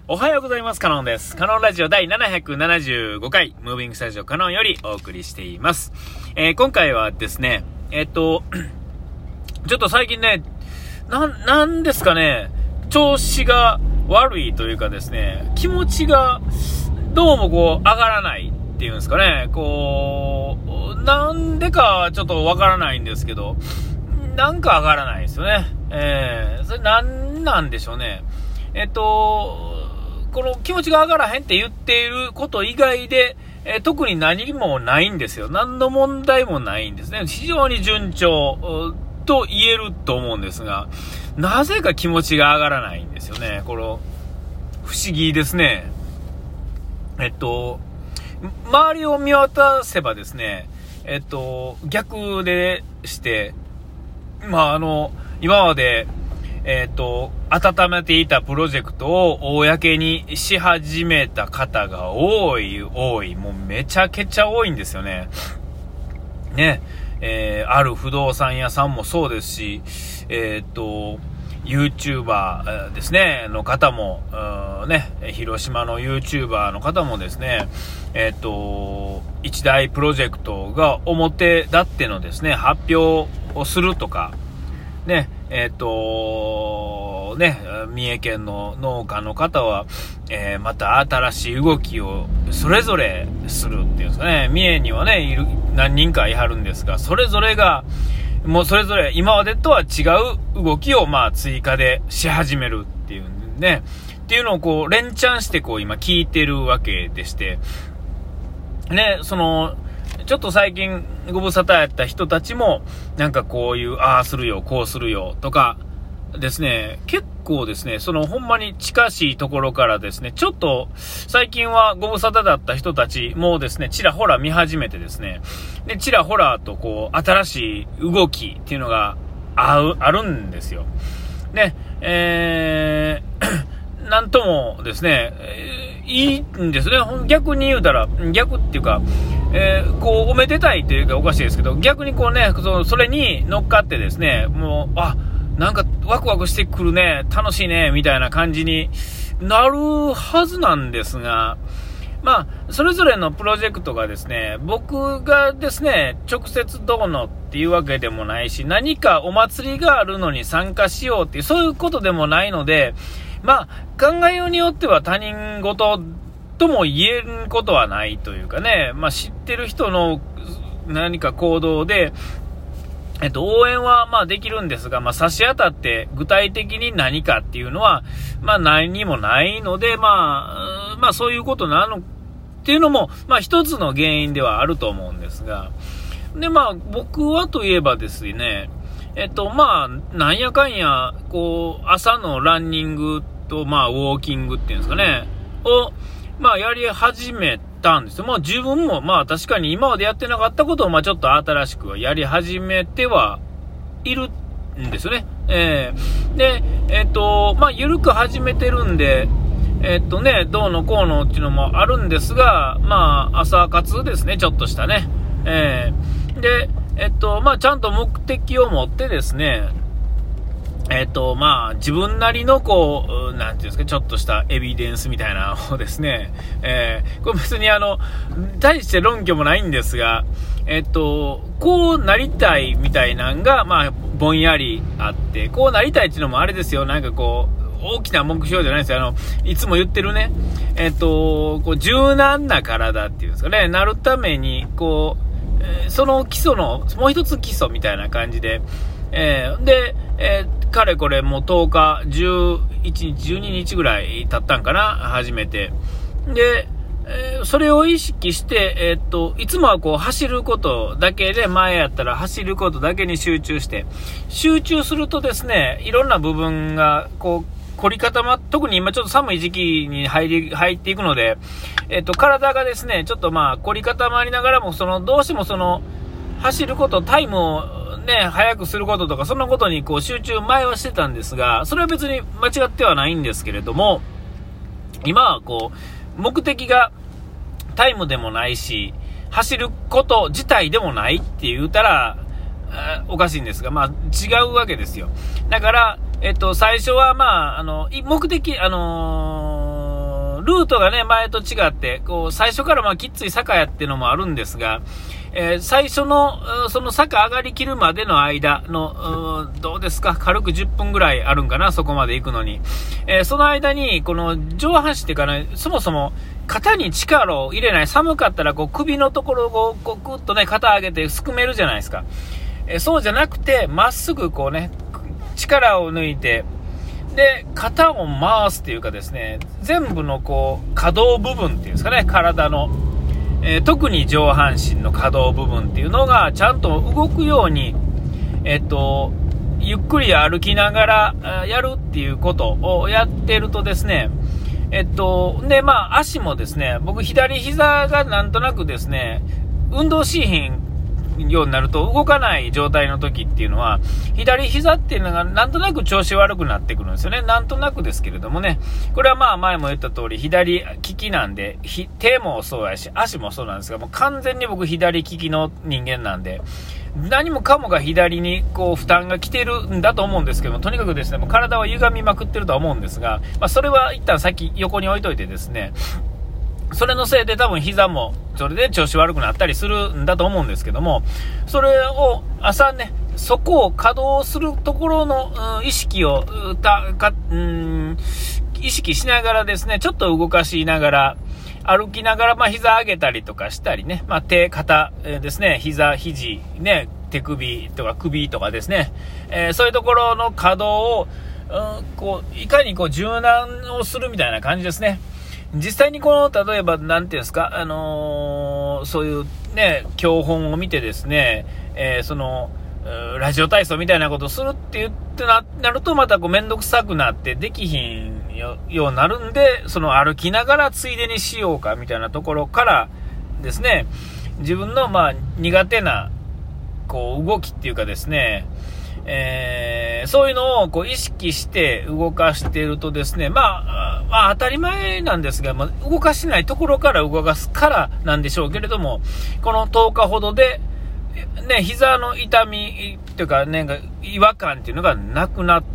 おはようございます。カノンです。カノンラジオ第775回、ムービングスタジオカノンよりお送りしています。今回はですね、ちょっと最近ね、なんですかね、調子が悪いというかですね、気持ちがどうもこう上がらないっていうんですかね、こう、なんでかちょっとわからないんですけど、なんか上がらないですよね。それなんでしょうね。この気持ちが上がらへんって言っていること以外で、特に何もないんですよ。何の問題もないんですね。非常に順調と言えると思うんですが、なぜか気持ちが上がらないんですよね。この不思議ですね。周りを見渡せばですね、逆でして、今まで温めていたプロジェクトを公にし始めた方が多い。もうめちゃくちゃ多いんですよね。ね。ある不動産屋さんもそうですし、YouTuber ですね、の方も、ね、広島の YouTuber の方もですね、一大プロジェクトが表立ってのですね、発表をするとか、ね、三重県の農家の方は、また新しい動きをそれぞれするっていうんですかね。三重にはね、何人かいはるんですが、それぞれが、もうそれぞれ今までとは違う動きを追加でし始めるっていうね。っていうのをこう、連チャンしてこう今聞いてるわけでして、ね、ちょっと最近ご無沙汰やった人たちもなんかこういう、ああするよこうするよとかですね、結構ですね、ほんまに近しいところからですね、ちょっと最近はご無沙汰だった人たちもですね、ちらほら見始めてですね、でちらほらとこう新しい動きっていうのがあるんですよ。ね、なんともですね、いいんですね。逆に言うたら、逆っていうか、こうおめでたいというかおかしいですけど、逆にこうね、それに乗っかってですね、もうなんかワクワクしてくるね、楽しいねみたいな感じになるはずなんですが、それぞれのプロジェクトがですね、僕がですね直接どうのっていうわけでもないし、何かお祭りがあるのに参加しようっていうそういうことでもないので、考えようによっては他人事とも言えることはないというかね、知ってる人の何か行動で、応援はできるんですが、差し当たって具体的に何かっていうのは何もないので、そういうことなのっていうのも一つの原因ではあると思うんですが、で僕はといえばですね、なんやかんやこう朝のランニングとウォーキングっていうんですかねをやり始めたんですよ。自分も確かに今までやってなかったことをちょっと新しくやり始めてはいるんですよね。で緩く始めてるんでどうのこうのっていうのもあるんですが、朝活ですね、ちょっとしたね。でちゃんと目的を持ってですね、自分なりのこう、なんていうんですか、ちょっとしたエビデンスみたいなのをですね、これ別に大して論拠もないんですが、こうなりたいみたいなんが、ぼんやりあって、こうなりたいっていうのもあれですよ、なんかこう、大きな目標じゃないですよ。いつも言ってるね、こう、柔軟な体っていうんですかね、なるために、こう、その基礎の、もう一つ基礎みたいな感じで、かれこれもう10日、11日、12日ぐらい経ったんかな、初めて。で、それを意識して、いつもはこう走ることだけで、前やったら走ることだけに集中するとですね、いろんな部分がこう凝り固特に今ちょっと寒い時期に入っていくので、体がですね、ちょっと凝り固まりながらも、どうしても走ること、タイムをね、早くすることとか、そんなことにこう集中前はしてたんですが、それは別に間違ってはないんですけれども、今はこう、目的がタイムでもないし、走ること自体でもないって言うたら、おかしいんですが、違うわけですよ。だから、最初は目的、 ルートがね、前と違って、こう、最初からまあきつい坂やっていうのもあるんですが、最初の、その坂上がりきるまでの間の、どうですか、軽く10分ぐらいあるんかな、そこまで行くのに。その間に、この上半身っていうかね、そもそも肩に力を入れない、寒かったらこう首のところをこうグッとね、肩上げてすくめるじゃないですか。そうじゃなくて、まっすぐこうね、力を抜いて、で、肩を回すっていうかですね、全部のこう、可動部分っていうんですかね、体の。特に上半身の可動部分っていうのがちゃんと動くように、ゆっくり歩きながらやるっていうことをやってるとですね、で、まあ足もですね、僕左膝がなんとなくですね、運動しひんようになると動かない状態の時っていうのは、左膝っていうのがなんとなく調子悪くなってくるんですよね。なんとなくですけれどもね。これはまあ前も言った通り左利きなんで、手もそうやし足もそうなんですが、もう完全に僕左利きの人間なんで、何もかもが左にこう負担が来てるんだと思うんですけども、とにかくですね、もう体は歪みまくってるとは思うんですが、まあそれは一旦先横に置いといてですね、それのせいで多分膝もそれで調子悪くなったりするんだと思うんですけども、それを朝ね、そこを稼働するところの、意識を意識しながらですね、ちょっと動かしながら歩きながら、まあ膝上げたりとかしたりね、まあ手肩、ですね、膝肘ね、手首とか首とかですね、そういうところの稼働を、こういかにこう柔軟をするみたいな感じですね。実際にこの例えばなんていうんですか、そういうね教本を見てですね、そのラジオ体操みたいなことをするって言ってなるとまたこうめんどくさくなってできひんようになるんで、その歩きながらついでにしようかみたいなところからですね、自分のまあ苦手なこう動きっていうかですね、そういうのをこう意識して動かしているとですね、まあ当たり前なんですが、まあ、動かしないところから動かすからなんでしょうけれども、この10日ほどで、ね、膝の痛みっていうか、ね、違和感っていうのがなくなって、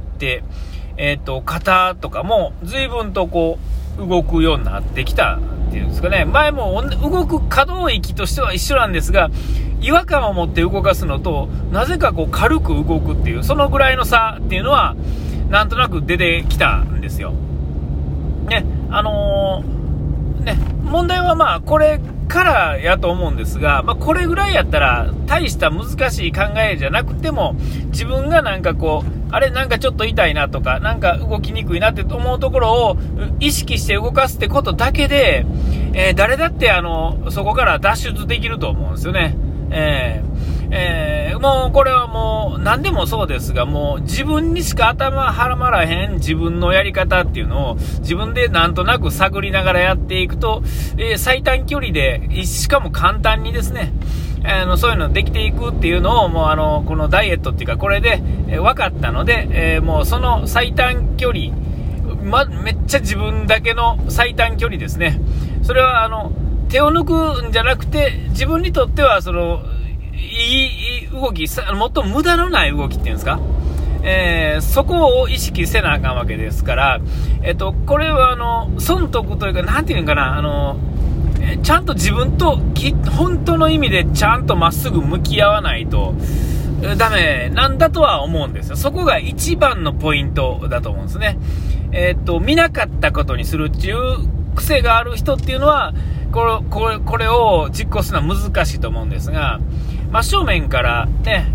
肩とかも随分とこう動くようになってきたっていうんですかね。前も動く可動域としては一緒なんですが、違和感を持って動かすのとなぜかこう軽く動くっていう、そのぐらいの差っていうのはなんとなく出てきたんですよね。ね、問題はまあこれからやと思うんですが、まあ、これぐらいやったら大した難しい考えじゃなくても、自分がなんかこうあれなんかちょっと痛いなとか、なんか動きにくいなって思うところを意識して動かすってことだけで、誰だってそこから脱出できると思うんですよね。もうこれはもう何でもそうですが、もう自分にしか頭はまらへん自分のやり方っていうのを自分でなんとなく探りながらやっていくと、最短距離でしかも簡単にですね、そういうのできていくっていうのをもうこのダイエットっていうかこれで、分かったので、もうその最短距離、めっちゃ自分だけの最短距離ですね。それは手を抜くんじゃなくて、自分にとってはそのいい動き、最も無駄のない動きっていうんですか、そこを意識せなあかんわけですから、これは損得というか、なんていうのかな、ちゃんと自分と本当の意味でちゃんとまっすぐ向き合わないとダメなんだとは思うんですよ。そこが一番のポイントだと思うんですね。見なかったことにするっていう癖がある人っていうのはこれを実行するのは難しいと思うんですが、真正面からね、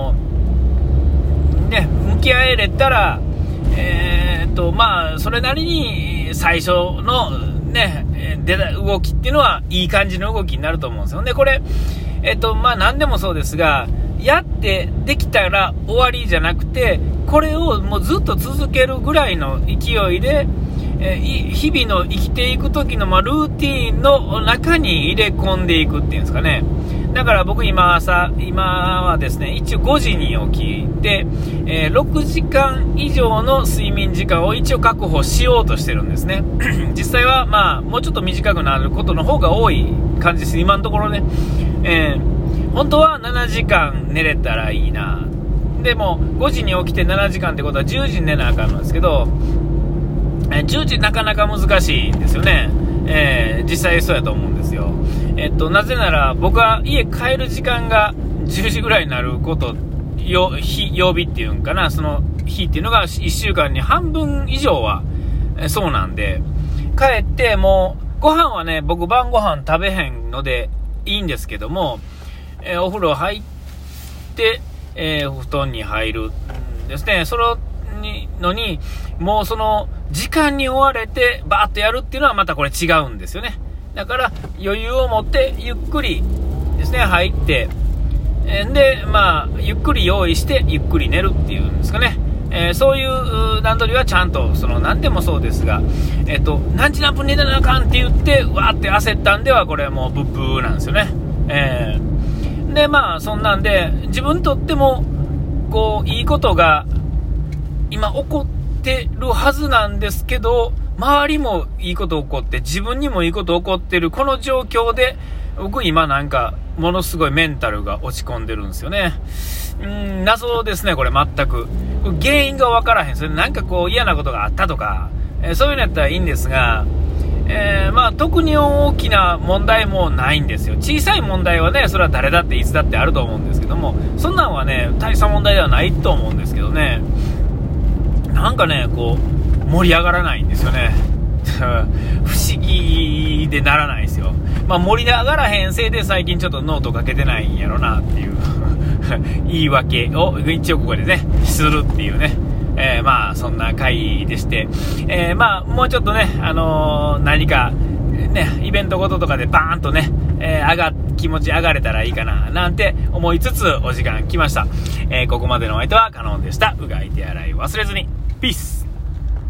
向き合えれたら、まあそれなりに最初のね出た動きっていうのはいい感じの動きになると思うんですよね。これまあ何でもそうですが、やってできたら終わりじゃなくて、これをもうずっと続けるぐらいの勢いで、日々の生きていく時のルーティーンの中に入れ込んでいくっていうんですかね。だから僕今はですね、一応5時に起きて、6時間以上の睡眠時間を一応確保しようとしてるんですね。実際はまあもうちょっと短くなることの方が多い感じです、今のところね。本当は7時間寝れたらいいな。でも5時に起きて7時間ってことは10時に寝なあかんのですけど、 10時なかなか難しいんですよね。実際そうやと思うんですよ。なぜなら僕は家帰る時間が10時ぐらいになること曜日っていうんかな、その日っていうのが1週間に半分以上はそうなんで、帰ってもうご飯はね、僕晩ご飯食べへんのでいいんですけども、お風呂入って、布団に入るんですね。そのにもうその時間に追われてバーッとやるっていうのはまたこれ違うんですよね。だから余裕を持ってゆっくりですね入って、でゆっくり用意してゆっくり寝るっていうんですかね。そういう段取りはちゃんと、何でもそうですが、何時何分寝たなあかんって言ってわーって焦ったんではこれはもうブッブーなんですよね。でそんなんで自分にとってもこういいことが今起こってるはずなんですけど、周りもいいこと起こって自分にもいいこと起こってるこの状況で、僕今なんかものすごいメンタルが落ち込んでるんですよね。謎ですねこれ。全く原因が分からへん。それなんかこう嫌なことがあったとか、そういうのやったらいいんですが、特に大きな問題もないんですよ。小さい問題はね、それは誰だっていつだってあると思うんですけども、そんなんはね大した問題ではないと思うんですけどね、なんかねこう盛り上がらないんですよね不思議でならないですよ。盛り上がらへんせいで最近ちょっとノートかけてないんやろなっていう言い訳を一応ここでねするっていうね、そんな回でして、もうちょっとね、何かねイベントごととかでバーンとね、気持ち上がれたらいいかななんて思いつつお時間来ました。ここまでのお相手はカノンでした。うがい手洗い忘れずに。ピース。